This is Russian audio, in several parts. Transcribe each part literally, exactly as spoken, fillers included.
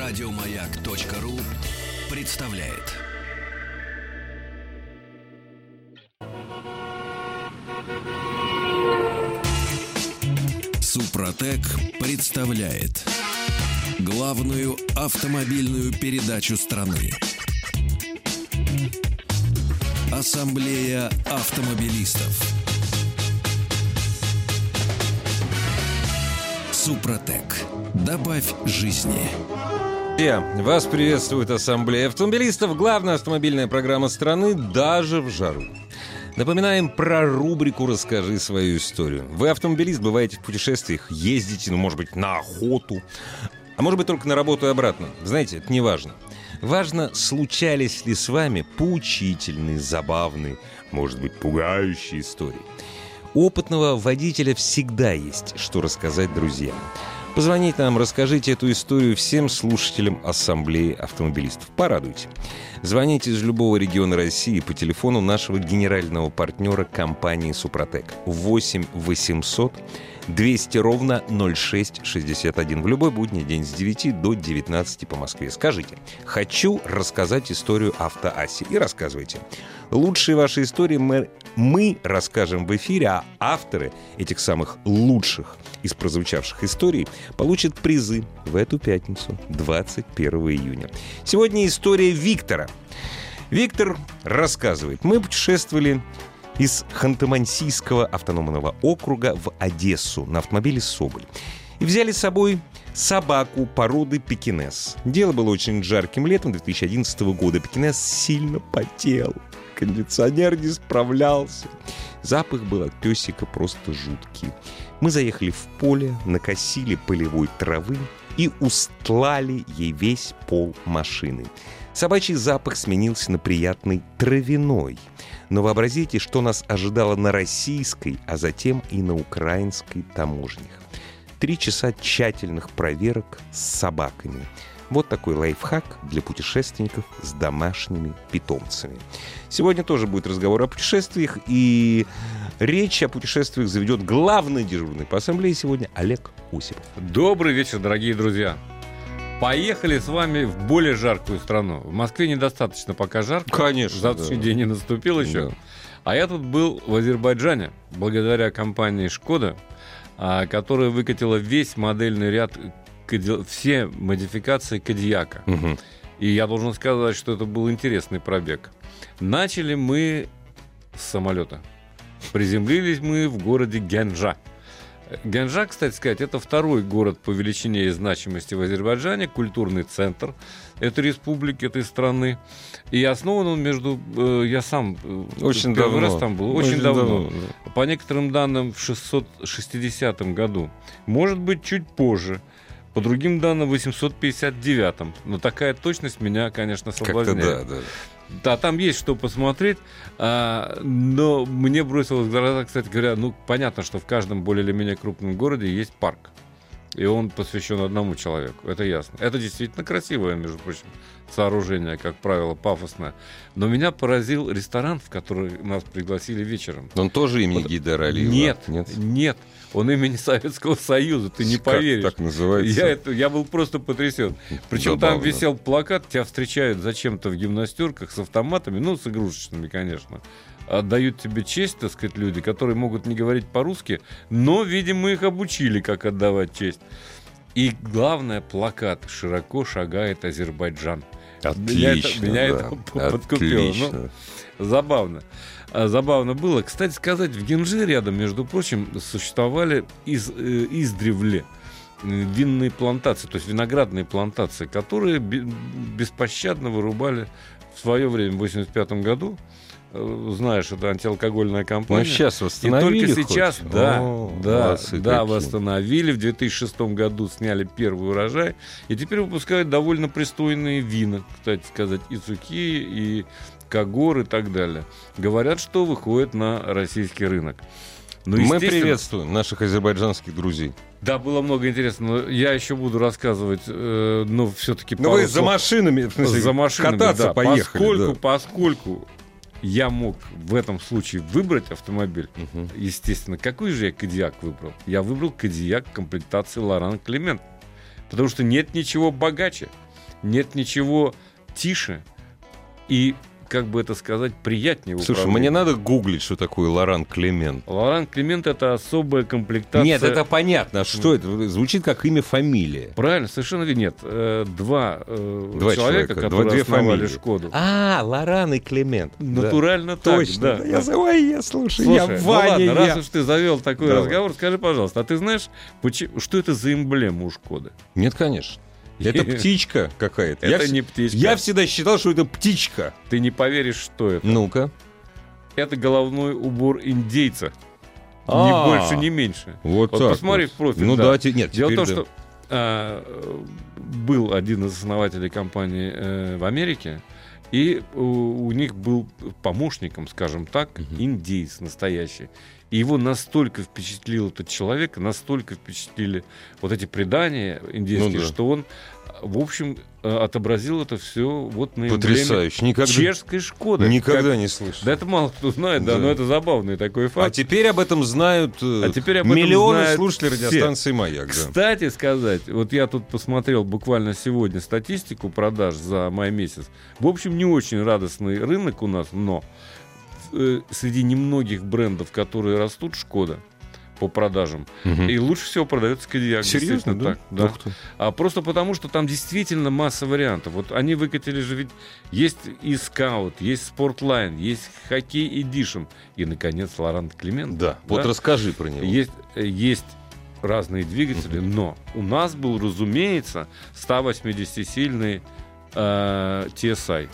Радиомаяк.ру представляет. Супротек представляет главную автомобильную передачу страны. Ассамблея автомобилистов. Супротек. Добавь жизни. Вас приветствует Ассамблея автомобилистов, главная автомобильная программа страны даже в жару. Напоминаем про рубрику «Расскажи свою историю». Вы автомобилист, бываете в путешествиях, ездите, ну, может быть, на охоту, а может быть, только на работу и обратно. Знаете, это не важно. Важно, случались ли с вами поучительные, забавные, может быть, пугающие истории. У опытного водителя всегда есть что рассказать друзьям. Позвоните нам, расскажите эту историю всем слушателям Ассамблеи автомобилистов. Порадуйте. Звоните из любого региона России по телефону нашего генерального партнера компании «Супротек» восемь восемьсот двести ровно ноль шесть шестьдесят один в любой будний день с девяти до девятнадцати по Москве. Скажите: «Хочу рассказать историю автоасси». И рассказывайте. Лучшие ваши истории мы, мы расскажем в эфире, а авторы этих самых лучших из прозвучавших историй получат призы в эту пятницу, двадцать первого июня. Сегодня история Виктора. Виктор рассказывает: мы путешествовали из Ханты-Мансийского автономного округа в Одессу на автомобиле «Соболь» и взяли с собой собаку породы пекинес. Дело было очень жарким летом две тысячи одиннадцатого года. Пекинес сильно потел, кондиционер не справлялся. Запах был от песика просто жуткий. Мы заехали в поле, накосили полевой травы и устлали ей весь пол машины. Собачий запах сменился на приятный травяной. Но вообразите, что нас ожидало на российской, а затем и на украинской таможнях. Три часа тщательных проверок с собаками. Вот такой лайфхак для путешественников с домашними питомцами. Сегодня тоже будет разговор о путешествиях, и речь о путешествиях заведет главный дежурный по ассамблее сегодня Олег Осипов. Добрый вечер, дорогие друзья. Поехали с вами в более жаркую страну. В Москве недостаточно пока жарко. Конечно. Завтрашний да. день не наступил еще. Да. А я тут был в Азербайджане благодаря компании «Шкода», которая выкатила весь модельный ряд, все модификации Кодияка. Угу. И я должен сказать, что это был интересный пробег. Начали мы с самолета. Приземлились мы в городе Генджа. Генджа, кстати сказать, это второй город по величине и значимости в Азербайджане, культурный центр этой республики, этой страны. И основан он между... Э, я сам очень первый давно. раз там был. Очень, очень давно. давно да. По некоторым данным, в шестьсот шестидесятом году. Может быть, чуть позже. По другим данным, в восемьсот пятьдесят девятом. Но такая точность меня, конечно, соблазняет. Как-то да, да. Да, там есть что посмотреть, а, но мне бросилось в глаза, кстати говоря, ну, понятно, что в каждом более или менее крупном городе есть парк, и он посвящен одному человеку, это ясно. Это действительно красивое, между прочим, сооружение, как правило, пафосное. Но меня поразил ресторан, в который нас пригласили вечером. Он тоже имени вот, Гейдара Алиева? Нет, нет, нет. Он имени Советского Союза, ты не поверишь. Как так называется? Я, это, я был просто потрясен. Причем Забавно. Там висел плакат, тебя встречают зачем-то в гимнастерках с автоматами, ну, с игрушечными, конечно. Отдают тебе честь, так сказать, люди, которые могут не говорить по-русски, но, видимо, их обучили, как отдавать честь. И главное, плакат «Широко шагает Азербайджан». Отлично, Меня это, да. меня это подкупило. Ну, забавно. Забавно было. Кстати сказать, в Генджи рядом, между прочим, существовали из, э, издревле винные плантации, то есть виноградные плантации, которые беспощадно вырубали в свое время, в восемьдесят пятом году. Знаешь, это антиалкогольная компания. Ну, сейчас восстановили. И только сейчас, хоть? да, О, да, да, какие. восстановили. В две тысячи шестом году сняли первый урожай. И теперь выпускают довольно пристойные вина, кстати сказать, и Цукии, и Кагор, и так далее. Говорят, что выходит на российский рынок. Ну, мы приветствуем наших азербайджанских друзей. Да, было много интересного. Я еще буду рассказывать, э, но все-таки... Ну, вы за машинами, в смысле, за машинами, кататься да, поехали. Поскольку, да. поскольку я мог в этом случае выбрать автомобиль, угу. естественно, какой же я Кодияк выбрал? Я выбрал Кодияк комплектации Лоран Клемент, потому что нет ничего богаче. нет ничего тише и, как бы это сказать, приятнее в Слушай, управлении. мне надо гуглить, что такое Лоран Клемент. Лоран Клемент — это особая комплектация. Нет, это понятно. А что это? Звучит как имя-фамилия. Правильно, совершенно верно. Нет, э, два, э, Два человека, человека, которые два- две основали фамилии. Шкоду. А, Лоран и Клемент. Натурально так, Точно. да, Да, да. Я завой, я слушаю, Слушай, я ну Ваня, ладно, я. раз уж ты завел такой Давай. разговор, скажи, пожалуйста, а ты знаешь, почему, что это за эмблема у Шкоды? Нет, конечно. Это птичка какая-то. Это я не вс- птичка. Я всегда считал, что это птичка. Ты не поверишь, что это. Ну-ка. Это головной убор индейца. А. Ни больше, ни меньше. Вот, Вот так посмотри вот. в профиль. Ну да. да, те- нет, Дело в теперь том, да. что а, был один из основателей компании э, в Америке, и у, у них был помощником, скажем так, индейец настоящий. И его настолько впечатлил этот человек, настолько впечатлили вот эти предания индейские, Ну да. что он, в общем, э, отобразил это все вот на эмблеме Потрясающе. Никогда, чешской Шкоды. никогда Как- не слышал. Да это мало кто знает, да, Да. но это забавный такой А факт. теперь об этом знают э, А теперь об этом миллионы знают слушателей все. радиостанции «Маяк». Да. Кстати сказать, вот я тут посмотрел буквально сегодня статистику продаж за май месяц. В общем, не очень радостный рынок у нас, но э, среди немногих брендов, которые растут, Шкода по продажам. Мгм. И лучше всего продается Кодиак. Серьезно, да? Так, да. Ух ты. А просто потому, что там действительно масса вариантов. Вот они выкатили же, ведь есть и Скаут, есть Спортлайн, есть Хоккей Эдишн и, наконец, Лоран Клемент. Да, вот расскажи про него. Есть, э, есть разные двигатели, но у нас был, разумеется, сто восьмидесятисильный э, ти эс ай,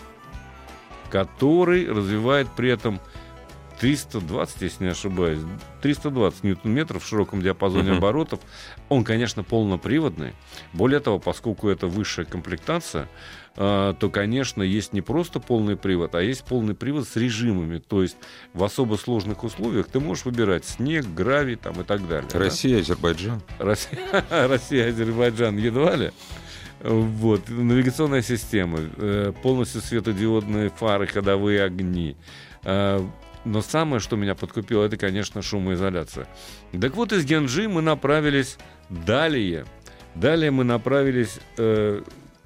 который развивает при этом триста двадцать, если не ошибаюсь, триста двадцать ньютон-метров в широком диапазоне Мгм. оборотов. Он, конечно, полноприводный. Более того, поскольку это высшая комплектация, э, то, конечно, есть не просто полный привод, а есть полный привод с режимами. То есть в особо сложных условиях ты можешь выбирать снег, гравий там, и так далее. да? Россия, Азербайджан. Россия, Россия, Азербайджан едва ли. Вот. Навигационная система, э, полностью светодиодные фары, ходовые огни. Э, Но самое, что меня подкупило, это, конечно, шумоизоляция. Так вот, из Генджи мы направились далее. Далее мы направились, э,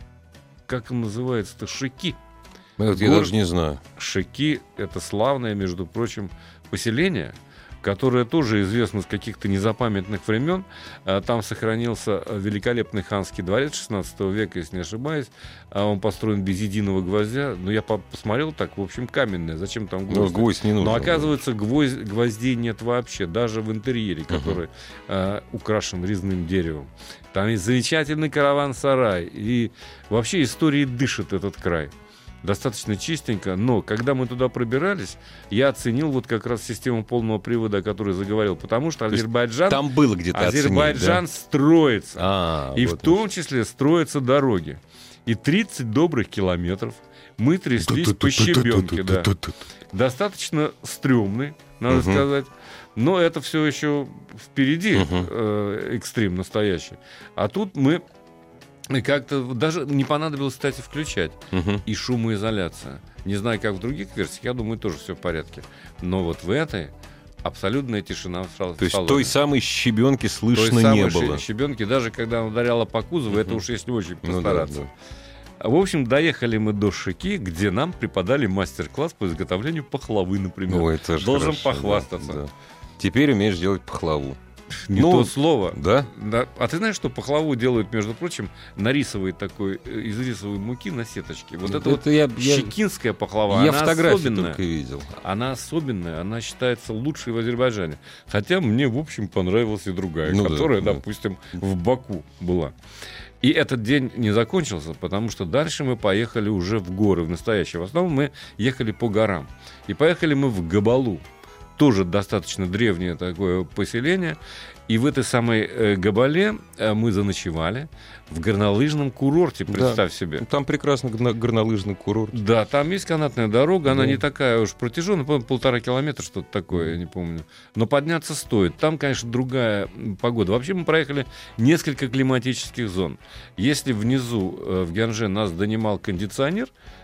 как он называется-то, Шики. Вот я Город- даже не знаю. Шики — это славное, между прочим, поселение, которое тоже известно с каких-то незапамятных времен. А, Там сохранился а, великолепный ханский дворец шестнадцатого века, если не ошибаюсь. А, Он построен без единого гвоздя. Но я по- посмотрел так, в общем, каменное. Зачем там Ну, гвоздь? гвоздь не нужен. Но оказывается, гвоздь, гвоздей нет вообще, даже в интерьере, который э, украшен резным деревом. Там есть замечательный караван-сарай. И вообще историей дышит этот край. Достаточно чистенько, но когда мы туда пробирались, я оценил вот как раз систему полного привода, о которой заговорил, потому что есть Азербайджан, Там было где-то оценить, Азербайджан да? строится. А, И вот в том числе строятся дороги. И тридцать добрых километров мы тряслись по щебенке. Да. Достаточно стрёмный, надо Мгм. сказать. Но это все еще впереди, Мгм. э, экстрим настоящий. А тут мы как-то даже не понадобилось, кстати, включать. Мгм. И шумоизоляция. Не знаю, как в других версиях, я думаю, тоже все в порядке. Но вот в этой абсолютная тишина в сал- То есть салоне. той самой щебенки Той слышно самой не щи- было. щебенки, даже когда она ударяла по кузову, это Мгм. уж если очень Ну да, постараться. да. В общем, доехали мы до Шики, где нам преподали мастер-класс по изготовлению пахлавы, например. Ну, это же Должен хорошо, похвастаться. да, да. Теперь умеешь делать пахлаву. Не Ну, то слово. Да? Да. А ты знаешь, что пахлаву делают, между прочим, на рисовой такой, э, из рисовой муки на сеточке. Вот это, вот я, я, щекинская пахлава, я она фотографии особенная. только видел. Она особенная, она считается лучшей в Азербайджане. Хотя мне, в общем, понравилась и другая, Ну да, которая, да. допустим, в Баку была. И этот день не закончился, потому что дальше мы поехали уже в горы, в настоящие. В основном мы ехали по горам. И поехали мы в Габалу. Тоже достаточно древнее такое поселение. И в этой самой э, Габале э, мы заночевали в горнолыжном курорте, представь себе. Там прекрасно горно- горнолыжный курорт. Да, там есть канатная дорога, она Да. не такая уж протяженная, по-моему, полтора километра, что-то такое, я не помню. Но подняться стоит. Там, конечно, другая м, погода. Вообще мы проехали несколько климатических зон. Если внизу, э, в Гянже, нас донимал кондиционер,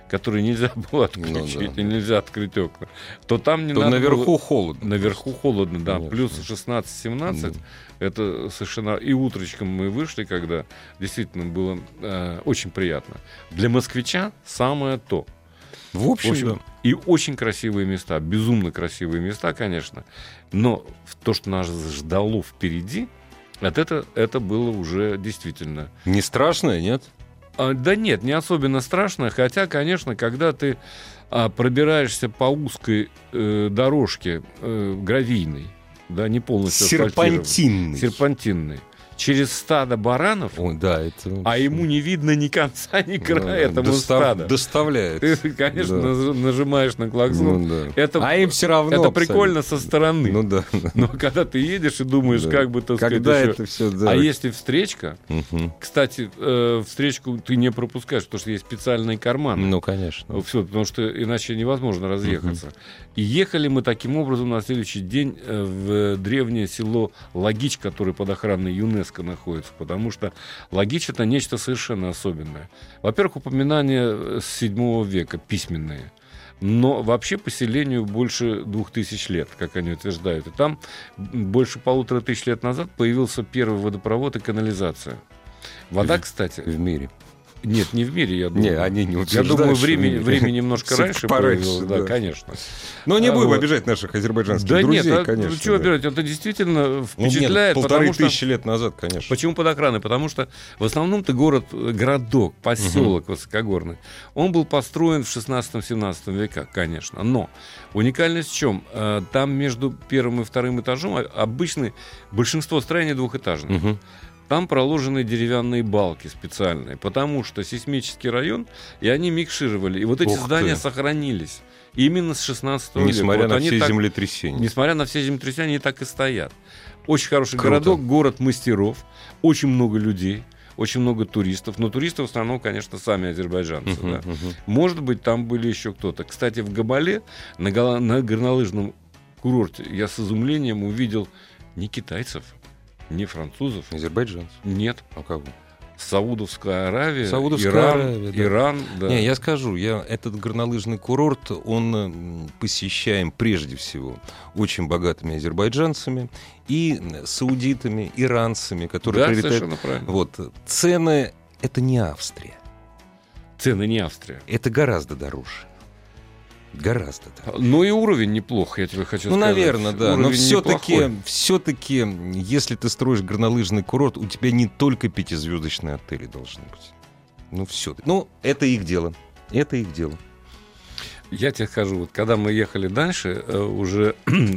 который нельзя было отключить, ну, да. и нельзя открыть окна, то там не то надо наверху было... холодно. Наверху холодно, да, конечно. Плюс шестнадцать-семнадцать, mm. это совершенно... И утречком мы вышли, когда действительно было э, очень приятно. Для москвича самое то. В общем, в общем да. И очень красивые места, безумно красивые места, конечно, но то, что нас ждало впереди, вот это, это было уже действительно... Не страшно, нет? А, да нет, не особенно страшно, хотя, конечно, когда ты а, пробираешься по узкой э, дорожке э, гравийной, да, не полностью серпантинной, серпантинной, через стадо баранов, Ой, да, это... а ему не видно ни конца, ни края да, этому достав... стаду. Доставляет. Ты, конечно, да. нажимаешь на клаксон. Ну, да. это, а им все равно. Это абсолютно. Прикольно со стороны. Ну, да. Но когда ты едешь и думаешь, да. как бы, так сказать, когда еще... это все, да. А если встречка, угу. кстати, э, встречку ты не пропускаешь, потому что есть специальные карманы. Ну, конечно. Все, потому что иначе невозможно разъехаться. Угу. И ехали мы таким образом на следующий день в древнее село Лагич, которое под охраной ЮНЕСКО находится, потому что Лагич — это нечто совершенно особенное. Во-первых, упоминания с седьмого века, письменные. Но вообще поселению больше двух тысяч лет, как они утверждают. И там больше полутора тысяч лет назад появился первый водопровод и канализация. Вода, кстати... В мире. Нет, не в мире, я думаю. Не, они не утверждают. Я думаю, время, время немножко раньше появилось, да, да, конечно. Но не а, будем вот. обижать наших азербайджанских да друзей, нет, а, конечно. Ну, чего да. обижать? Это действительно Ну, нет, впечатляет. полторы потому тысячи что... лет назад, конечно. Почему под охраной? Потому что в основном-то город, городок, поселок угу. высокогорный, он был построен в шестнадцатом-семнадцатом веках, конечно. Но уникальность в чем? Там между первым и вторым этажом обычно большинство строений двухэтажных. Угу. Там проложены деревянные балки специальные, потому что сейсмический район, и они микшировали. И вот эти Ух здания ты. сохранились именно с шестнадцатого века. Несмотря вот на все так, землетрясения. Несмотря на все землетрясения, они так и стоят. Очень хороший Круто. городок, город мастеров, очень много людей, очень много туристов. Но туристы в основном, конечно, сами азербайджанцы. Uh-huh, да. uh-huh. Может быть, там были еще кто-то. Кстати, в Габале, на, гол... на горнолыжном курорте, я с изумлением увидел не китайцев, не французов. Азербайджанцев? Нет. А кого? Саудовская Аравия, Саудовская Иран, Аравия, да. Иран. Да. Не, я скажу, я этот горнолыжный курорт, он посещаем прежде всего очень богатыми азербайджанцами и саудитами, иранцами, которые да, прилетают. совершенно правильно. Вот. Цены — это не Австрия. Цены не Австрия. Это гораздо дороже. Гораздо. Да. Ну и уровень неплох, я тебе хочу ну, сказать. Ну, наверное, да. Уровень но все-таки, неплохой. все-таки, если ты строишь горнолыжный курорт, у тебя не только пятизвездочные отели должны быть. Ну, все. Ну, это их дело. Это их дело. Я тебе скажу, вот когда мы ехали дальше, уже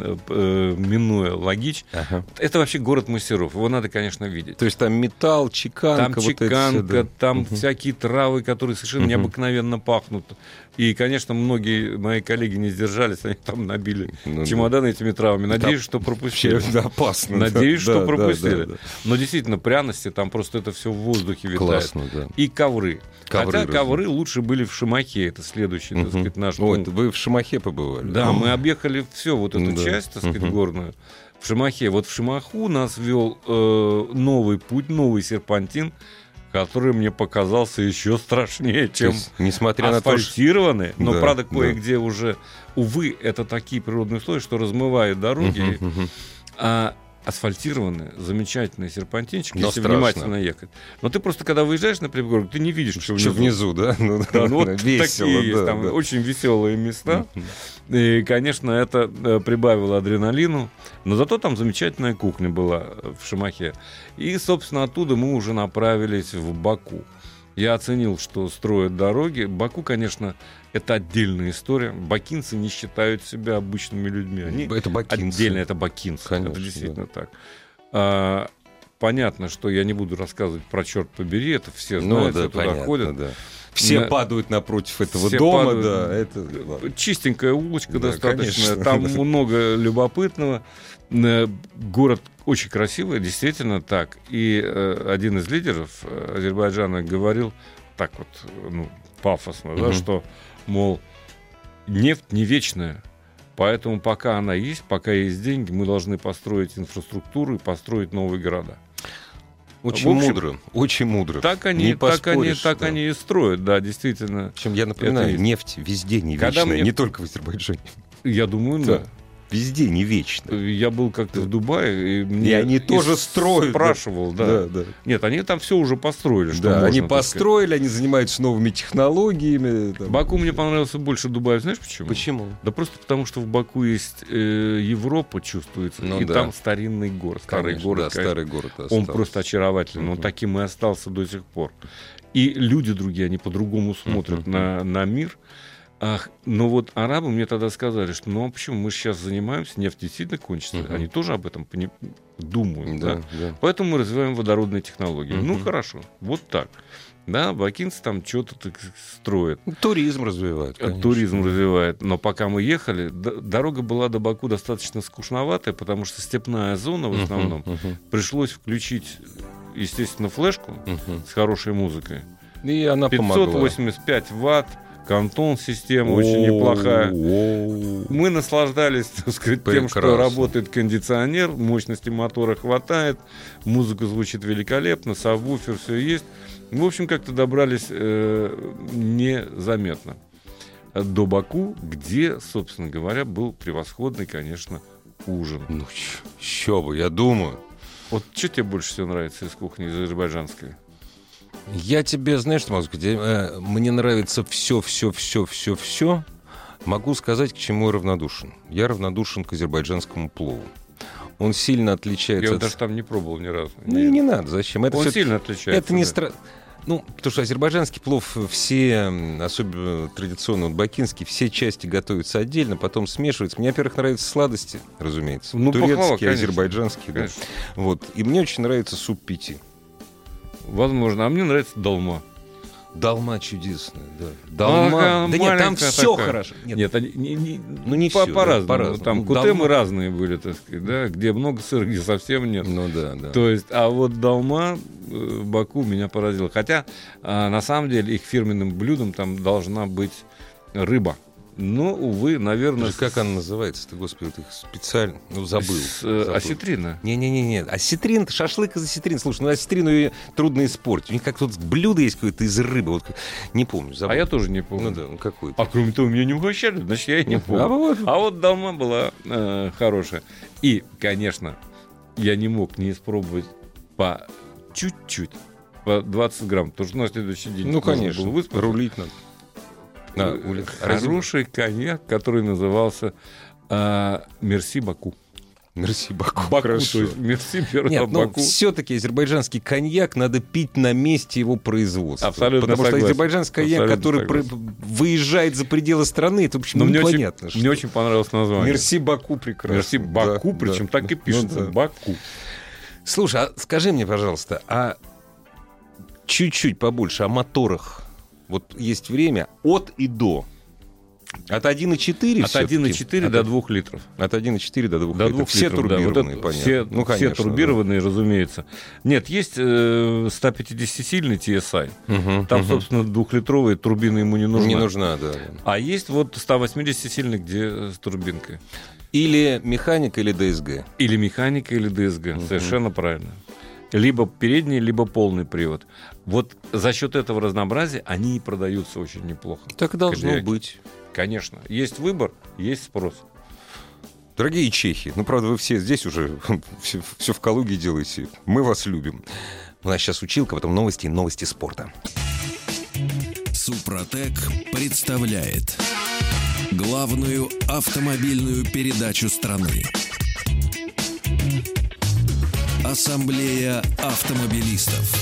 минуя Лагич, ага. это вообще город мастеров. Его надо, конечно, видеть. То есть там металл, чеканка. Там вот чеканка, это, да. там угу. всякие травы, которые совершенно угу. необыкновенно пахнут. И, конечно, многие мои коллеги не сдержались, они там набили ну, чемоданы да. этими травами. Надеюсь, там что пропустили. Да, опасно. Надеюсь, да, что да, пропустили. Да, да, да. Но действительно, пряности, там просто это все в воздухе витает. Классно, да. И ковры. ковры Хотя разные. Ковры лучше были в Шимахе, это следующий, угу. так сказать, наш вот, пункт. Вы в Шимахе побывали? Да, мы объехали все, вот эту да. часть, так сказать, угу. горную. В Шимахе. Вот в Шимаху нас вел э, новый путь, новый серпантин, который мне показался еще страшнее, чем есть, несмотря асфальтированный. На то, что... Но, да, правда, кое-где да. уже, увы, это такие природные условия, что размывают дороги. Uh-huh, uh-huh. А асфальтированные, замечательные серпантинчики, но если страшно. Внимательно ехать. Но ты просто, когда выезжаешь на пригорок, ты не видишь, что внизу. Что внизу, да? Ну, да, ну, вот весело, такие да, есть, там да. очень веселые места. Uh-huh. И, конечно, это прибавило адреналину. Но зато там замечательная кухня была в Шимахе. И, собственно, оттуда мы уже направились в Баку. Я оценил, что строят дороги. Баку, конечно, это отдельная история. Бакинцы не считают себя обычными людьми. Они это бакинцы. Отдельно, это бакинцы. Конечно, это действительно да. так. А, понятно, что я не буду рассказывать про «Черт побери», это все ну, знают, да, все туда понятно, ходят. Да. Все на... падают напротив этого все дома, падают... да. Это... Чистенькая улочка да, достаточно. Конечно. Там много любопытного. Город очень красивый, действительно так. И э, один из лидеров Азербайджана говорил так вот, ну, пафосно, mm-hmm. да, что, мол, нефть не вечная, поэтому пока она есть, пока есть деньги, мы должны построить инфраструктуру и построить новые города. Очень В общем, мудро, очень мудро. Так они, Не так они, поспоришь, так да. они и строят, да, действительно. Причем я напоминаю, Это есть. нефть везде не Когда вечная, мне- не только в Азербайджане. Я думаю, Да. да. Везде не вечная. Я был как-то в Дубае, и, мне И они и тоже строят, да. Спрашивал, да. да. Нет, они там все уже построили. Что Да, можно, они так сказать. построили, они занимаются новыми технологиями. там. Баку мне понравился больше Дубая. Знаешь почему? Почему? Да просто потому, что в Баку есть э, Европа, чувствуется, Ну и да. там старинный город, старый Конечно, город. да, конечно. старый город Он остался. просто очаровательный, он Мгм. таким и остался до сих пор. И люди другие, они по-другому смотрят Мгм. на, на мир. Ах, но вот арабы мне тогда сказали, что ну а почему мы сейчас занимаемся, нефть действительно кончится. Мгм. Они тоже об этом пони- думают. Да, Да? да. Поэтому мы развиваем водородные технологии. Ну Мгм. хорошо, вот так. Да, бакинцы там что-то так строят. Туризм развивают, конечно. Туризм развивает. Но пока мы ехали, д- дорога была до Баку достаточно скучноватая, потому что степная зона в Мгм, основном. мгм, Пришлось включить, естественно, флешку мгм. с хорошей музыкой. И она пятьсот помогла. восемьдесят пять ватт, кантон-система очень неплохая. О-о-о. Мы наслаждались, так сказать, тем, что Прекрасно. работает кондиционер, мощности мотора хватает, музыка звучит великолепно, сабвуфер, все есть. В общем, как-то добрались э, незаметно до Баку, где, собственно говоря, был превосходный, конечно, ужин. Ну, ч- еще бы, я думаю. Вот что тебе больше всего нравится из кухни азербайджанской? Я тебе, знаешь, что могу сказать? Э, Мне нравится все, все, все, все, все. Могу сказать, к чему я равнодушен. Я равнодушен к азербайджанскому плову. Он сильно отличается Я от... вот даже там не пробовал ни разу. Ну и не надо, зачем? Это Он всё- сильно отличается. Это не да. стра... Ну, потому что азербайджанский плов, все, м, особенно традиционно вот бакинский, все части готовятся отдельно, потом смешиваются. Мне, во-первых, нравятся сладости, разумеется. Ну, похвала, турецкие, конечно. азербайджанские. Да. Конечно. Вот. И мне очень нравится суп пити. Возможно. А мне нравится долма. Долма чудесная, да. Долма. Ага, да нет, там маленькая все такая. хорошо. Нет, Нет, они, не, не- Ну, не по, всё, да, по-разному. по-разному. Там Ну, кутемы долма- разные были, так сказать, да, где много сыра, где совсем нет. Ну да, да. То есть, а вот долма э, Баку меня поразила. Хотя, а, на самом деле, их фирменным блюдом там должна быть рыба. Но, увы, наверное... Слушай, как она называется-то, господи, вот их специально, ну, забыл. С, э, забыл. осетрина. Не-не-не, осетрин, шашлык из осетрин. Слушай, ну осетрину ее трудно испортить. У них как тут блюдо есть какое-то из рыбы. Вот, не помню, забыл. А я тоже не помню. Ну да, ну какой-то. А кроме того, меня не угощали, значит, я и не помню. А вот- А вот долма была э, хорошая. И, конечно, я не мог не испробовать по чуть-чуть, по двадцать грамм, потому что на следующий день Ну, нужно конечно, было выспаться. рулить надо. Э, На улице. Хороший коньяк, который назывался э, «Мерси Баку». Мерси, Баку. Баку, Хорошо. то есть «Мерси первого Нет, ну Баку». все-таки азербайджанский коньяк надо пить на месте его производства. Абсолютно Потому согласен. что азербайджанский коньяк, Абсолютно который про- согласен. выезжает за пределы страны, это, в общем, Но мне, очень, непонятно. что. мне очень понравилось название. Мерси Баку прекрасно. «Мерси Баку», Да, причем да. так и Ну пишется да. «Баку». Слушай, а скажи мне, пожалуйста, а чуть-чуть побольше о моторах. Вот есть время от и до. От один и четыре От всё-таки? один и четыре От- до двух литров. От один и четыре до двух До литров. двух Все литров, да. Вот турбированные, это понятно. Все, ну, все конечно, турбированные, разумеется. Нет, есть э, сто пятидесятисильный ти эс ай. да. Мгм, Там, мгм. собственно, двухлитровая турбина ему не нужна. Не нужна, да. да. А есть вот сто восьмидесятисильный, где э, с турбинкой. Или механика, или ди эс джи. Или механика, или ди эс джи. Совершенно правильно. Либо передний, либо полный привод. Вот за счет этого разнообразия они и продаются очень неплохо. Так и должно Кадиллаки. быть. Конечно. Есть выбор, есть спрос. Дорогие чехи, ну, правда, вы все здесь уже все, все в Калуге делаете. Мы вас любим. У нас сейчас училка, потом новости и новости спорта. Супротек представляет главную автомобильную передачу страны. Ассамблея автомобилистов.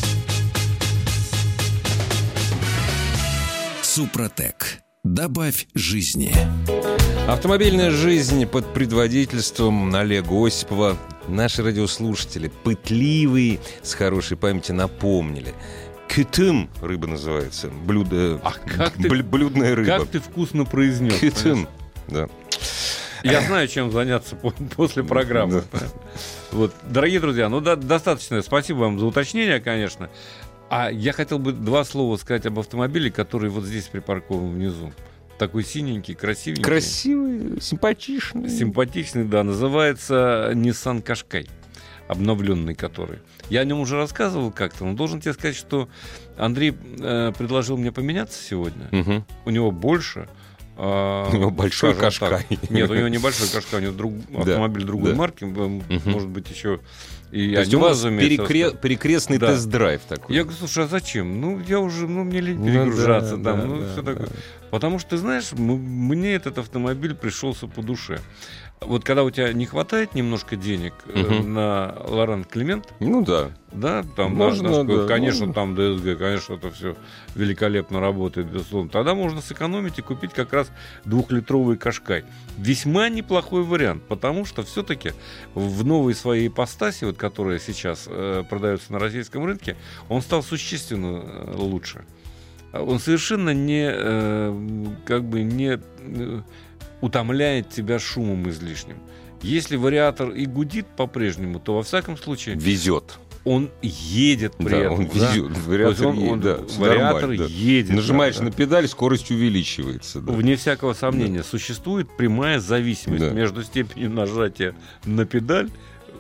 Супротек. Добавь жизни. Автомобильная жизнь под предводительством Олега Осипова. Наши радиослушатели, пытливые, с хорошей памятью, напомнили. Кытым рыба называется. Блюдо, А как ты- бл- блюдная рыба. Как ты вкусно произнес. Кытым. Да. Я знаю, чем заняться по- после программы. Вот, дорогие друзья, ну да, достаточно. Спасибо вам за уточнение, конечно. А я хотел бы два слова сказать об автомобиле, который вот здесь припаркован внизу. Такой синенький, красивенький. Красивый, симпатичный. Симпатичный, да. Называется Nissan Qashqai. обновленный который. Я о нем уже рассказывал как-то, но должен тебе сказать, что Андрей э, предложил мне поменяться сегодня. Угу. У него больше... А, у него большой Кашкай. Нет, у него небольшой Кашкай, у него друг, автомобиль да, другой да. марки, угу. может быть, еще... И То есть у вас перекре... перекрестный да. тест-драйв такой. Я говорю, слушай, а зачем? Ну, я уже, ну, мне лень перегружаться ну, да, там, да, ну, да, все да. такое. Потому что, ты знаешь, мне этот автомобиль пришелся по душе. Вот когда у тебя не хватает немножко денег uh-huh. э, на Лоран Климент, ну да, да, там, можно, да, да, конечно, можно. Там ди эс джи, конечно, это все великолепно работает, безусловно. Тогда можно сэкономить и купить как раз двухлитровый Кашкай. Весьма неплохой вариант, потому что все-таки в новой своей ипостаси, вот, которая сейчас э, продается на российском рынке, он стал существенно э, лучше. Он совершенно не, э, как бы не... Э, утомляет тебя шумом излишним. Если вариатор и гудит по-прежнему, то во всяком случае... Везет. Он едет при да, этом. Он да? везет. Вариатор, он, он, да, вариатор да. едет. Нажимаешь да, на педаль, скорость увеличивается. Да. Вне всякого сомнения. Да. Существует прямая зависимость да. между степенью нажатия на педаль,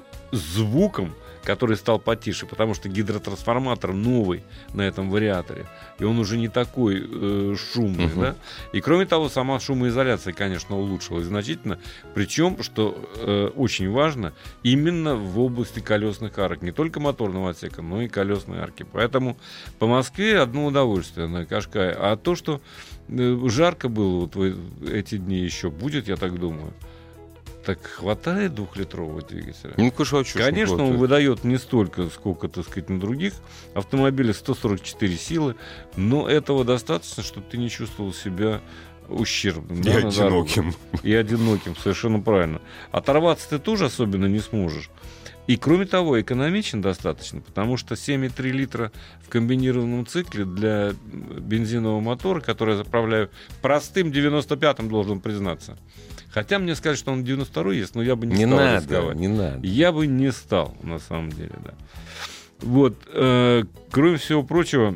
звуком, который стал потише, потому что гидротрансформатор новый на этом вариаторе, и он уже не такой э, шумный. Uh-huh. Да? И кроме того, сама шумоизоляция, конечно, улучшилась значительно, причем, что э, очень важно, именно в области колесных арок, не только моторного отсека, но и колесной арки. Поэтому по Москве одно удовольствие на Кашкае. А то, что э, жарко было вот в эти дни еще, будет, я так думаю. Так хватает двухлитрового двигателя? Ну, конечно, конечно он выдает не столько, сколько, так сказать, на других автомобилях, сто сорок четыре силы, но этого достаточно, чтобы ты не чувствовал себя ущербным. И да, одиноким. И одиноким, совершенно правильно. Оторваться ты тоже особенно не сможешь. И, кроме того, экономичен достаточно, потому что семь и три литра в комбинированном цикле для бензинового мотора, который я заправляю простым девяносто пятым, должен признаться. Хотя мне сказать, что он девяносто второй есть, но я бы не, не стал надо, рисковать. Не надо. Я бы не стал, на самом деле, да. Вот, э, кроме всего прочего,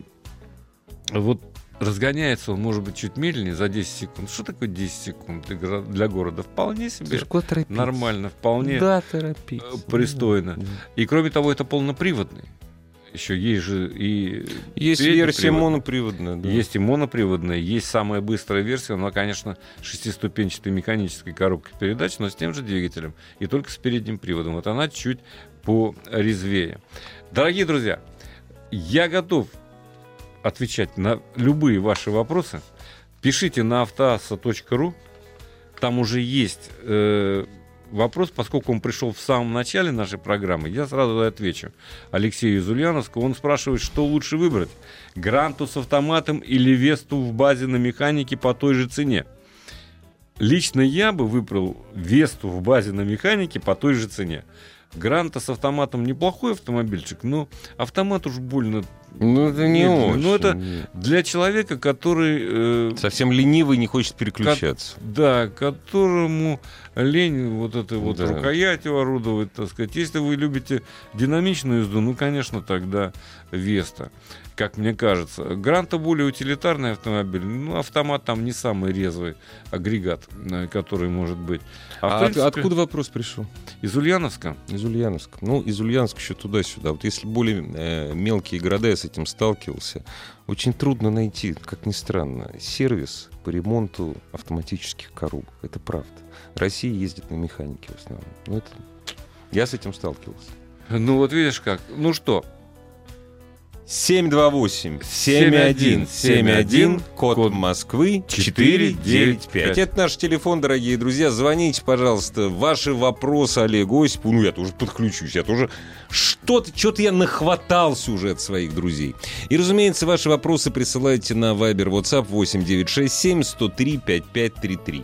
вот разгоняется он, может быть, чуть медленнее, за десять секунд. Что такое десять секунд для города? Вполне себе нормально, вполне да, пристойно. Да. И, кроме того, это полноприводный. Еще есть же и... Есть версия моноприводная. Да. Есть и моноприводная, есть самая быстрая версия, она, конечно, шестиступенчатой механической коробкой передач, но с тем же двигателем и только с передним приводом. Вот она чуть порезвее. Дорогие друзья, я готов отвечать на любые ваши вопросы. Пишите на автоасса точка ру, там уже есть... Э- вопрос, поскольку он пришел в самом начале нашей программы, я сразу отвечу Алексею из Ульяновска. Он спрашивает, что лучше выбрать: Гранту с автоматом или Весту в базе на механике по той же цене. Лично я бы выбрал Весту в базе на механике по той же цене. Гранта с автоматом неплохой автомобильчик, но автомат уж больно... Ну, это не очень. Ну, это для человека, который... Э, совсем ленивый, не хочет переключаться. Ко- да, которому лень вот этой вот да. рукоятью орудовать, так сказать. Если вы любите динамичную езду, ну, конечно, тогда Веста, как мне кажется. Гранта более утилитарный автомобиль, ну, автомат там не самый резвый агрегат, который может быть. А, а принципе, откуда вопрос пришел? Из Ульяновска. Из Ульяновска. Ну, из Ульяновска еще туда-сюда. Вот если более э, мелкие города, я с этим сталкивался, очень трудно найти, как ни странно, сервис по ремонту автоматических коробок. Это правда. Россия ездит на механике в основном. Ну, это... Я с этим сталкивался. Ну, вот видишь как. Ну что? семь два восемь семь один семь один, код, код Москвы четыре девять пять. Это наш телефон, дорогие друзья. Звоните, пожалуйста. Ваши вопросы Олегу Осипову. Ну, я тоже подключусь. Я тоже что-то, что-то я нахватался уже от своих друзей. И, разумеется, ваши вопросы присылайте на Viber, WhatsApp восемь девятьсот шестьдесят семь сто три пятьдесят пять тридцать три.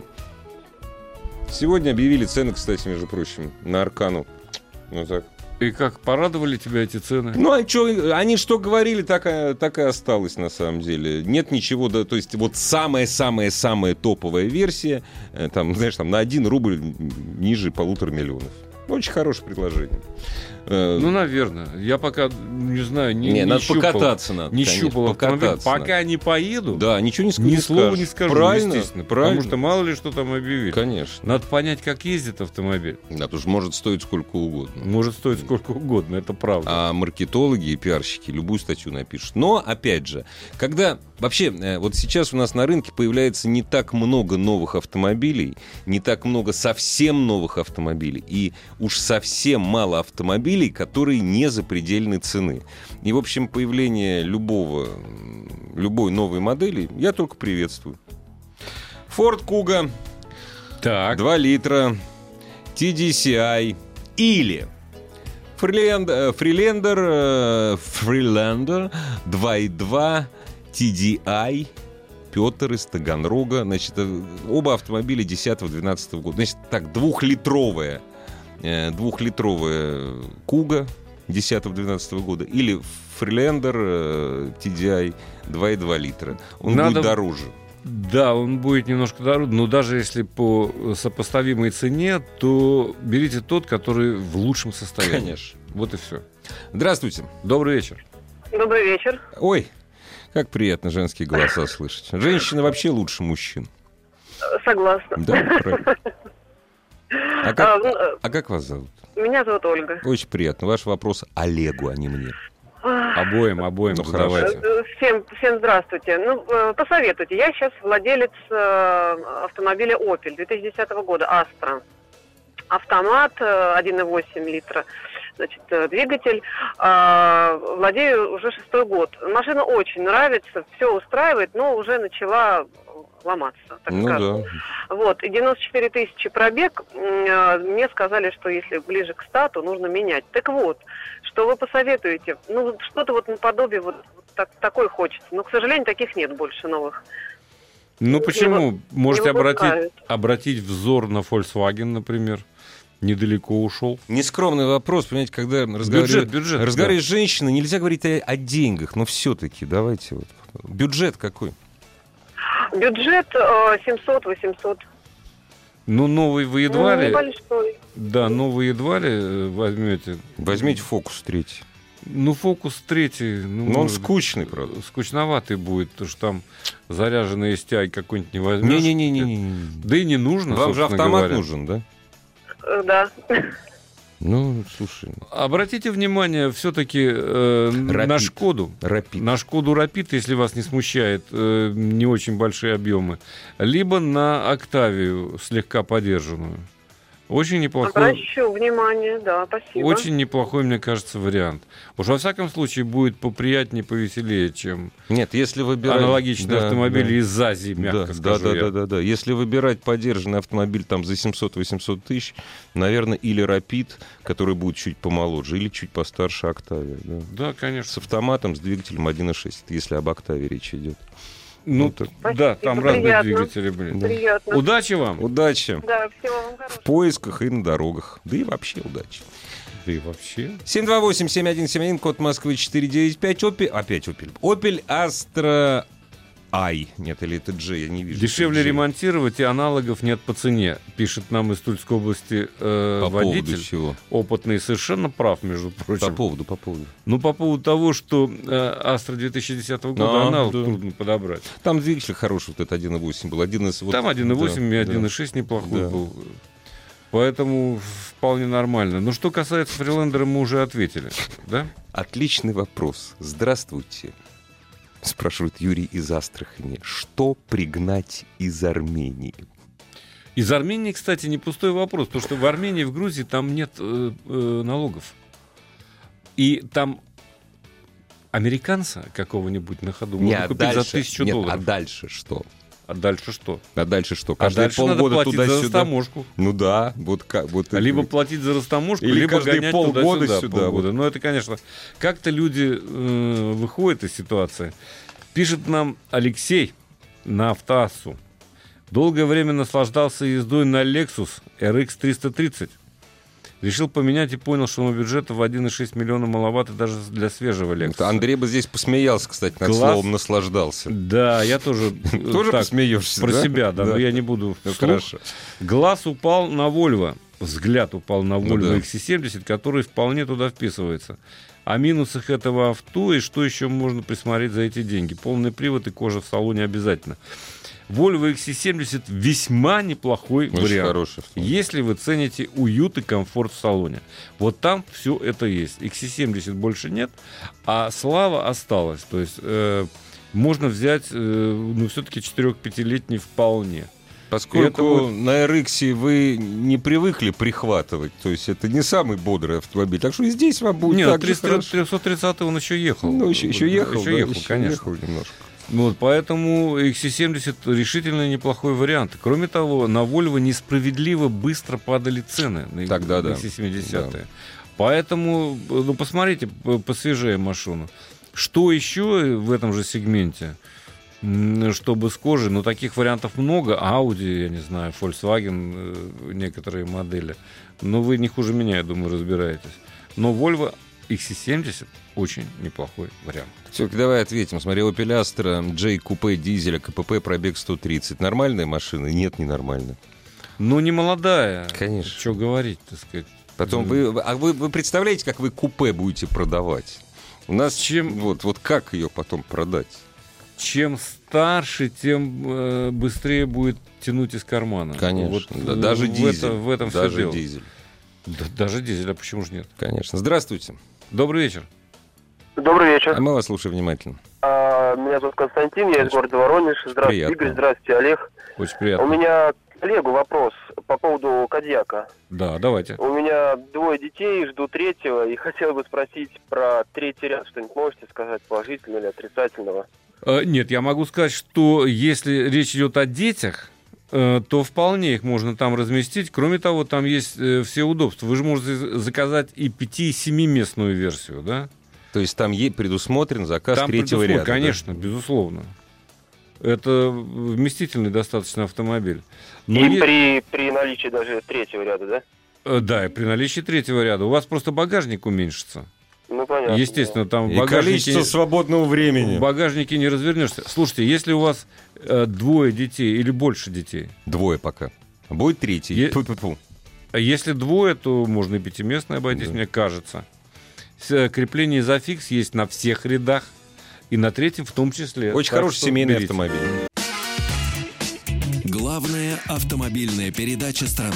Сегодня объявили цены, кстати, между прочим, на Аркану. Ну так. И как, порадовали тебя эти цены? Ну, а что, они что говорили, так, так и осталось на самом деле. Нет ничего, да, то есть вот самая-самая-самая топовая версия, там, знаешь, там на один рубль ниже полутора миллионов. Очень хорошее предложение. Ну, наверное. Я пока не знаю, не, Не, не надо щупал, покататься надо, не конечно, щупал автомобиль. покататься Пока надо. не поеду, Да, ничего не, ни не слова скажешь. не скажу, Правильно, естественно. правильно. Потому что мало ли что там объявили. Конечно. Надо понять, как ездит автомобиль. Да, потому что может стоить сколько угодно. Может стоить сколько угодно, это правда. А маркетологи и пиарщики любую статью напишут. Но, опять же, когда... Вообще, э, вот сейчас у нас на рынке появляется не так много новых автомобилей, не так много совсем новых автомобилей, и уж совсем мало автомобилей, которые не запредельной цены. И, в общем, появление любого, любой новой модели я только приветствую. Ford Kuga, Так. два литра, ти ди си ай или Freelander, Freelander, Freelander два и два ти ди ай, Петр из Таганрога. Значит, оба автомобиля десятого-двенадцатого года. Значит, так, двухлитровая, двухлитровая Kuga десятого-двенадцатого года или Freelander ти ди ай два и два литра. Он Надо... будет дороже. Да, он будет немножко дороже, но даже если по сопоставимой цене, то берите тот, который в лучшем состоянии. Конечно. Вот и все. Здравствуйте. Добрый вечер. Добрый вечер. Ой, как приятно женские голоса слышать. Женщины вообще лучше мужчин. Согласна. Да, правильно. А как, а как вас зовут? Меня зовут Ольга. Очень приятно. Ваш вопрос Олегу, а не мне. Обоим, обоим Ну, задавайте. Всем, всем здравствуйте. Ну, посоветуйте. Я сейчас владелец автомобиля Opel две тысячи десятого года, Astra. Автомат один и восемь литра. Значит, двигатель. Владею уже шестой год. Машина очень нравится, все устраивает, но уже начала ломаться, так Ну скажем. да. Вот, и девяносто четыре тысячи пробег, мне сказали, что если ближе к ста, то нужно менять. Так вот, что вы посоветуете? Ну, что-то вот наподобие вот, вот так, такой хочется. Но, к сожалению, таких нет больше новых. Ну почему? Не Можете обратить, выпускают. обратить взор на Volkswagen, например. Недалеко ушел. Нескромный вопрос, понимаете, когда разговариваешь бюджет, разговариваешь с женщиной, нельзя говорить о, о деньгах, но все-таки давайте вот. Бюджет какой? Бюджет э, семьсот-восемьсот. Ну, новый вы едва Ну, ли... небольшой. Да, новый едва ли э, возьмете. Возьмите фокус третий. Ну, фокус третий. Ну, Но он может, скучный, правда. скучноватый будет, потому что там заряженный эс ти ай какой-нибудь не возьмешь. Не-не-не. Да и не нужно, Вам же собственно автомат говоря. нужен, да? Э, Да. Ну, слушай. Обратите внимание все-таки э, на Rapid. Шкоду. Rapid. На Шкоду Rapid, если вас не смущает э, не очень большие объемы. Либо на Октавию слегка подержанную. Очень неплохой, Обращу внимание, да, спасибо. очень неплохой, мне кажется, вариант. Уж во всяком случае будет поприятнее, повеселее, чем Нет, если выбирать... аналогичные Да, автомобили да. из Азии, мягко да, скажу да, я. да, да, да. Если выбирать подержанный автомобиль там за семьсот-восемьсот тысяч, наверное, или Rapid, который будет чуть помоложе, или чуть постарше Octavia. Да. Да, конечно. С автоматом, с двигателем один и шесть, если об Octavia речь идет. Ну, Ну, так. да, там Спасибо, разные приятно. двигатели были. Приятно. Удачи вам! Удачи Да, всего вам в хорошего. поисках и на дорогах. Да и вообще удачи. Да и вообще. семь два восемь семь один семь один, код Москвы четыре девять пять. Opel, опять Opel. Opel Astra I. Нет, или это G, я не вижу. Дешевле G. ремонтировать, и аналогов нет по цене, пишет нам из Тульской области э, По поводу водитель. чего? Опытный, совершенно прав, между прочим. По поводу, по поводу. Ну, по поводу того, что э, Astra две тысячи десятого года А, аналог да. трудно подобрать. Там двигатель хороший, вот этот один и восемь был. один из, вот, Там один и восемь да, и один и да. шесть неплохой Да. был. Поэтому вполне нормально. Но что касается Фрилендера, мы уже ответили. Да? Отличный вопрос. Здравствуйте. Спрашивает Юрий из Астрахани. Что пригнать из Армении? Из Армении, кстати, не пустой вопрос, потому что в Армении, в Грузии там нет э, э, налогов. И там американца какого-нибудь на ходу можно Не, а купить дальше, за тысячу нет, долларов. а дальше что? А дальше что? А дальше что? А Каждые дальше надо полгода платить за туда-сюда? растаможку. Ну да, вот как. Вот Либо это- платить за растаможку, Или либо каждые гонять полгода туда-сюда. сюда, полгода. вот. Но это, конечно, как-то люди э, выходят из ситуации. Пишет нам Алексей на Автоассу. Долгое время наслаждался ездой на Lexus эр икс триста тридцать. Решил поменять и понял, что на бюджета в один и шесть миллиона маловато даже для свежего Lexus. Это Андрей бы здесь посмеялся, кстати, над Класс. словом «наслаждался». Да, я тоже, Тоже так, посмеешься, про да? себя, да, Да. но я не буду Ну, вслух. хорошо. Глаз упал на Volvo взгляд упал на Volvo Ну да. икс си семьдесят, который вполне туда вписывается. О минусах этого авто и что еще можно присмотреть за эти деньги. Полный привод и кожа в салоне обязательно. Volvo икс си семьдесят весьма неплохой Очень вариант, хороший автомобиль. если вы цените уют и комфорт в салоне. Вот там все это есть. икс си семьдесят больше нет, а слава осталась. То есть э, можно взять, э, ну, все-таки четыре-пятилетний вполне. Поскольку Это вот- на эр икс вы не привыкли прихватывать, то есть это не самый бодрый автомобиль, так что и здесь вам будет Нет, так же хорошо. триста тридцатый он еще ехал. Ну, еще, еще ехал, Еще да, ехал, еще конечно. ехал немножко. Вот, поэтому икс си семьдесят решительно неплохой вариант. Кроме того, на Volvo несправедливо быстро падали цены на Тогда да. икс си семидесятые. Поэтому, ну, посмотрите по- посвежее машину. Что еще в этом же сегменте? М, Чтобы с кожей, ну, таких вариантов много. Audi, я не знаю, Volkswagen, э, некоторые модели. Но вы не хуже меня, я думаю, разбираетесь. Но Volvo икс си семьдесят очень неплохой вариант. Все, давай ответим. Смотри, Opel Astra, J купе, дизеля, КПП, пробег сто тридцать. Нормальная машина? Нет, не нормальная. Ну, не молодая. Конечно. Что говорить, так сказать. Потом вы, а вы, вы представляете, как вы купе будете продавать? У нас Чем- вот, вот как ее потом продать? Чем старше, тем э, быстрее будет тянуть из кармана. Конечно, Вот, да, э, даже в дизель. это- в этом все даже дело. дизель, Да, даже дизель, а почему же нет? конечно. Здравствуйте. Добрый вечер. Добрый вечер. А мы вас слушаем внимательно. А, Меня зовут Константин, я из Очень города Воронеж. Здравствуйте, приятно. Игорь, здравствуйте, Олег. Очень У приятно. меня к коллегу вопрос по поводу Кодиака. Да, давайте. У меня двое детей, жду третьего, и хотел бы спросить про третий ряд. Что-нибудь можете сказать положительного или отрицательного? Э, нет, я могу сказать, что если речь идет о детях, э, то вполне их можно там разместить. Кроме того, там есть э, все удобства. Вы же можете заказать и пяти-семиместную версию, да? То есть там ей предусмотрен заказ Там третьего предусмотрено, ряда. да? конечно, безусловно. Это вместительный достаточно автомобиль. Но И е- при, при наличии даже третьего ряда, да? э, Да, и при наличии третьего ряда. У вас просто багажник уменьшится. Ну, понятно. Естественно, там в И багажнике, количество свободного в времени. багажнике не развернешься. Слушайте, если у вас э, двое детей или больше детей, Двое пока. А будет третий. Е- Тьфу-тьфу-тьфу. а если двое, то можно и пятиместно обойтись, Да. мне кажется. С- э, Крепление Isofix есть на всех рядах. И на третьем в том числе. Очень Так хороший что семейный берите. автомобиль. Главная автомобильная передача страны.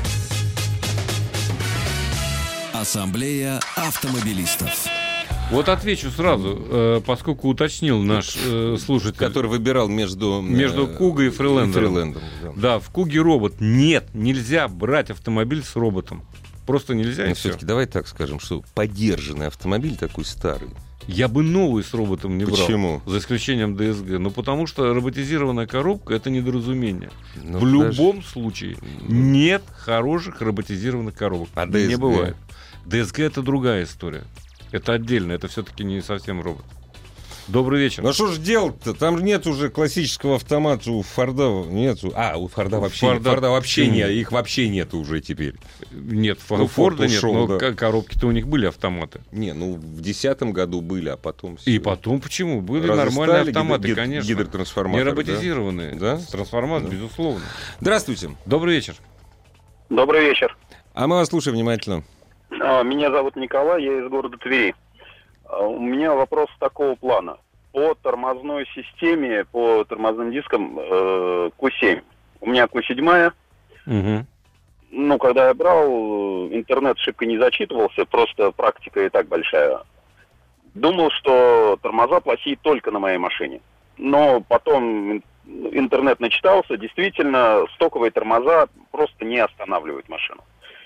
Ассамблея автомобилистов. Вот отвечу сразу, э, поскольку уточнил наш э, слушатель. Который выбирал между... Между э, Кугой и Фрилендером. Фрилендером, да. Да, в Куге робот. Нет, нельзя брать автомобиль с роботом. Просто нельзя, и Но всё. все-таки давай так скажем, что подержанный автомобиль такой старый. Я бы новый с роботом не брал. Почему? За исключением ди эс джи. Ну, потому что роботизированная коробка — это недоразумение. Ну, в подожди. любом случае нет хороших роботизированных коробок. А ди эс джи? Не бывает. ди эс джи — это другая история. Это отдельно, это все-таки не совсем робот. Добрый вечер. Ну что ж делать-то? Там же нет уже классического автомата у Форда. Нету. А, у Форда вообще, Форда- Форда вообще Почему? нет. Их вообще нету уже теперь. Нет, Фо- Ну, Форд Форда нет, ушел, но да. ко- коробки-то у них были автоматы. Не, ну в десятом году были, а потом... И всё. потом почему? Были Разве нормальные стали автоматы, гидро- конечно. гидротрансформаторы, Не роботизированные. Да? С трансформатором, Да. безусловно. Здравствуйте. Добрый вечер. Добрый вечер. А мы вас слушаем внимательно. А, Меня зовут Николай, я из города Твери. А, У меня вопрос такого плана. По тормозной системе, по тормозным дискам э, Q семь. У меня Q семь. Угу. Ну, когда я брал, э, интернет шибко не зачитывался, просто практика и так большая. Думал, что тормоза плохие только на моей машине. Но потом ин- интернет начитался, действительно, стоковые тормоза просто не останавливают машину.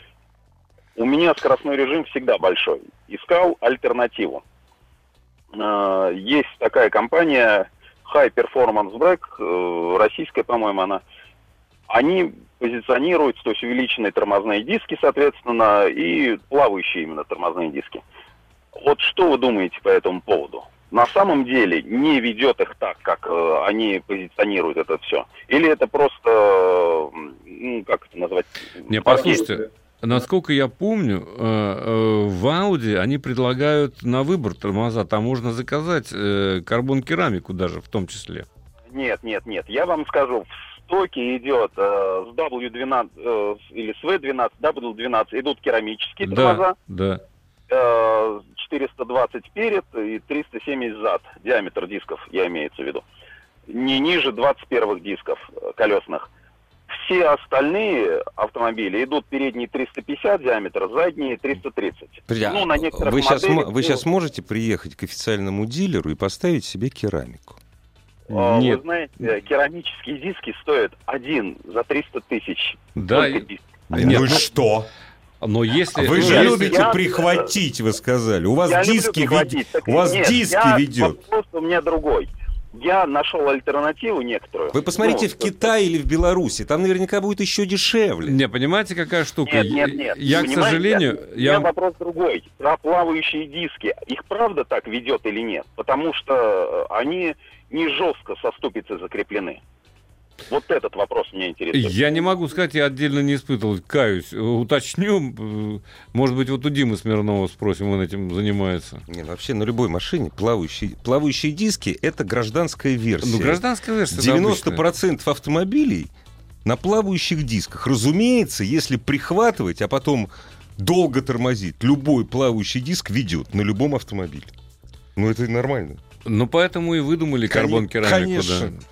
У меня скоростной режим всегда большой. Искал альтернативу. Э, Есть такая компания High Performance Brake, э, российская, по-моему, она. Они позиционируют, то есть увеличенные тормозные диски, соответственно, и плавающие именно тормозные диски. Вот что вы думаете по этому поводу? На самом деле не ведет их так, как э, они позиционируют это все? Или это просто, э, ну, как это назвать? Не, послушайте, насколько я помню, э, э, в Audi они предлагают на выбор тормоза. Там можно заказать э, карбон-керамику даже в том числе. Нет, нет, нет. Я вам скажу, стоке идет э, с дабл ю двенадцать э, или с ви двенадцать, дабл ю двенадцать идут керамические тормоза. Да, да. Э, четыреста двадцать перед и триста семьдесят зад. Диаметр дисков, я имеется в виду. Не ниже двадцать первых дисков э, колесных. Все остальные автомобили идут передние триста пятьдесят диаметр, задние триста тридцать. Друзья, ну, на некоторых вы, сейчас, моделях, вы сейчас можете приехать к официальному дилеру и поставить себе керамику? Э, Нет. Вы знаете, керамические диски стоят один за триста тысяч. Да, Только и- диск. Нет, ну и что? Но если... Вы ну, же я- любите я- прихватить, вы сказали. У вас Я люблю диски, прихватить, ведь- так у вас нет, диски я- ведет. Вопрос у меня другой. Я нашел альтернативу некоторую. Вы посмотрите Ну, в Китае или в Беларуси, там наверняка будет еще дешевле. Не, понимаете, какая штука? Нет, нет, нет. Я, к Понимаете, сожалению... У меня Я... вопрос другой. Про плавающие диски. Их правда так ведет или нет? Потому что они не жестко со ступицей закреплены. Вот этот вопрос меня интересует. Я не могу сказать, я отдельно не испытывал, каюсь. Уточню, э, может быть, вот у Димы Смирнова спросим, он этим занимается. Не, ну вообще на любой машине плавающие, плавающие диски — это гражданская версия. Ну, гражданская версия. это девяносто обычная. процентов автомобилей на плавающих дисках. Разумеется, если прихватывать, а потом долго тормозить, любой плавающий диск ведет на любом автомобиле. Ну, это нормально. Ну, поэтому и выдумали карбон-керамику. Конечно. Да.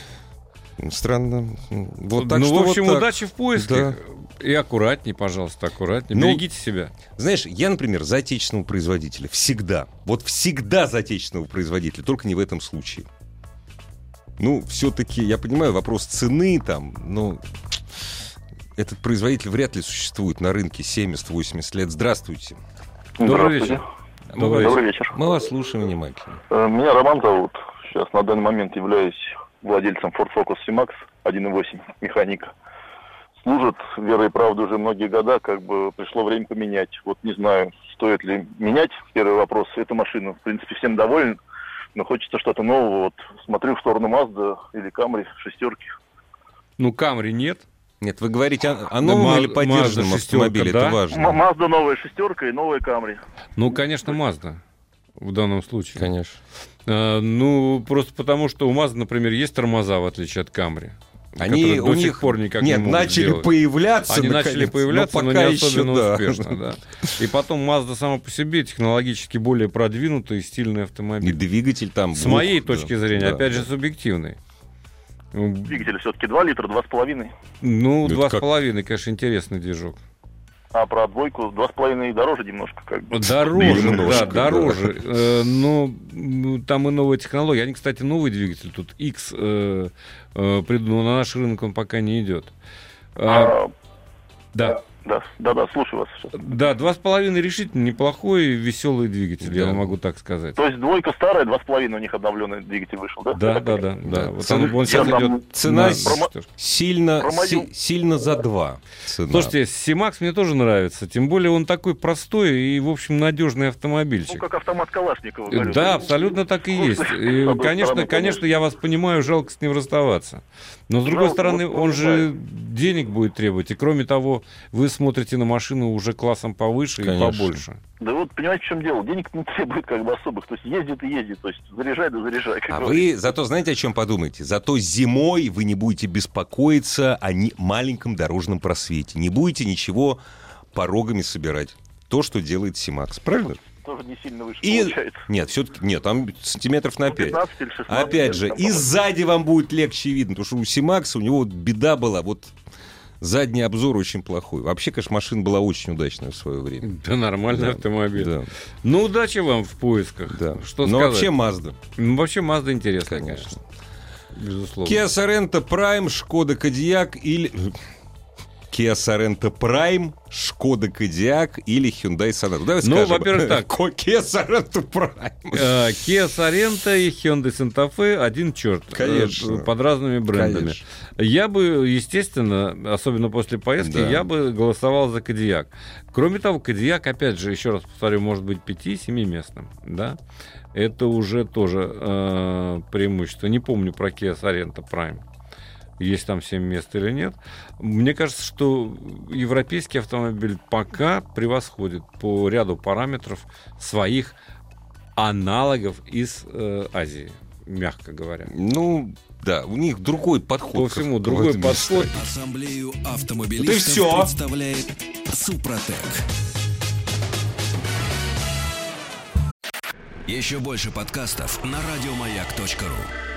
Странно. Вот так ну, что в общем, вот так. удачи в поиске. Да. И аккуратней, пожалуйста, аккуратней. Ну, Берегите себя. Знаешь, я, например, за отечественного производителя. Всегда. Вот всегда за отечественного производителя. Только не в этом случае. Ну, все-таки, я понимаю, вопрос цены там, но этот производитель вряд ли существует на рынке семьдесят-восемьдесят лет. Здравствуйте. Добрый вечер. Добрый Добрый вечер. вечер. Мы вас слушаем внимательно. Э, Меня Роман зовут. Сейчас на данный момент являюсь владельцем Ford Focus C-Max один и восемь механика. Служит верой и правдой уже многие года, как бы пришло время поменять. Вот не знаю, стоит ли менять, первый вопрос, эту машину. В принципе, всем доволен, но хочется что-то нового. Вот смотрю в сторону Mazda или Camry, шестерки. Ну, Камри нет. Нет, вы говорите о, о новом Ма- или поддержанном Mazda автомобиле, шестерка, это да? важно. М- Mazda новая шестерка и новая Camry. Ну, конечно, Mazda в данном случае. Конечно. А, ну, просто потому, что у Mazda, например, есть тормоза, в отличие от Camry. Они которые у до них сих пор никак нет, не могут начали сделать. появляться. Они наконец, начали появляться, но, пока не еще, особенно да. успешно. Да. И потом Mazda сама по себе технологически более продвинутый и стильный И автомобиль. двигатель там... С бух, моей да, точки зрения, да, опять же, да. субъективный. Ну, Двигатель все-таки два литра, два с половиной. Ну, Это два с как? половиной, конечно, интересный движок. А про двойку два с половиной дороже немножко, как бы. Дороже, Немножко, да, да. дороже. Э, но ну, там и новая технология. Они, кстати, новый двигатель. Тут X э, э, придумал, на наш рынок он пока не идет. А, А, да. да, да, да, слушаю вас сейчас. Да, два с половиной решительно неплохой, веселый двигатель, я Да. вам могу так сказать. То есть двойка старая, два с половиной у них обновленный двигатель вышел, да? Да, Я да, так да, понимаю? да. Да. Вот Цена- он, он сейчас я там- идет Цена на с- шестерку. Сильно, Про мою- си- сильно за два. Цена. Слушайте, C-Max мне тоже нравится. Тем более он такой простой и, в общем, надежный Ну, автомобильчик. как автомат Калашникова. говорю. Да, абсолютно так и есть. С И, одной конечно, стороны, конечно, я вас понимаю, жалко с ним расставаться. Но, с другой Жалко, стороны, вот он же понимаю. денег будет требовать. И, кроме того, вы смотрите на машину уже классом повыше Конечно. и побольше. Да вот, понимаете, в чем дело? Денег не требует как бы особых. То есть ездит и ездит. То есть заряжай да заряжай. как А говорится. вы зато знаете, о чем подумаете? Зато зимой вы не будете беспокоиться о не- маленьком дорожном просвете. Не будете ничего порогами собирать. То, что делает C-Max. Правильно? Тоже не сильно выше И... получается. Нет, все-таки нет, там сантиметров на Ну, пять. пятнадцать или шестнадцать, Опять же, там, и по-моему. сзади вам будет легче видно, потому что у C-Max у него вот беда была, вот задний обзор очень плохой. Вообще, конечно, машина была очень удачная в свое время. Да, нормальный Да, автомобиль. Да, Ну, удачи вам в поисках. да. Что Но сказать? вообще Mazda. Ну, вообще, Mazda интересная, Конечно. конечно. Безусловно. Kia Sorento Prime, Шкода Кодиак или... Kia Sorento Prime, Шкода Кодиак или Hyundai Sonata. Давай Ну, скажем. во-первых, так. Ко- Kia Sorento Prime. Э, Kia Sorento и Hyundai Santa Fe один черт. Конечно. Э, Под разными брендами. Конечно. Я бы, естественно, особенно после поездки, Да. я бы голосовал за Кодиак. Кроме того, Кодиак, опять же, еще раз повторю, может быть пяти-семиместным. Да? Это уже тоже э, преимущество. Не помню про Kia Sorento Prime. Есть там семь мест или нет. Мне кажется, что европейский автомобиль пока превосходит по ряду параметров своих аналогов из э, Азии. мягко говоря. Ну, да, у них другой подход. По всему, другой подход. Ассамблею Да автомобилистов всё. представляет Супротек. Еще больше подкастов на радиомаяк точка ру.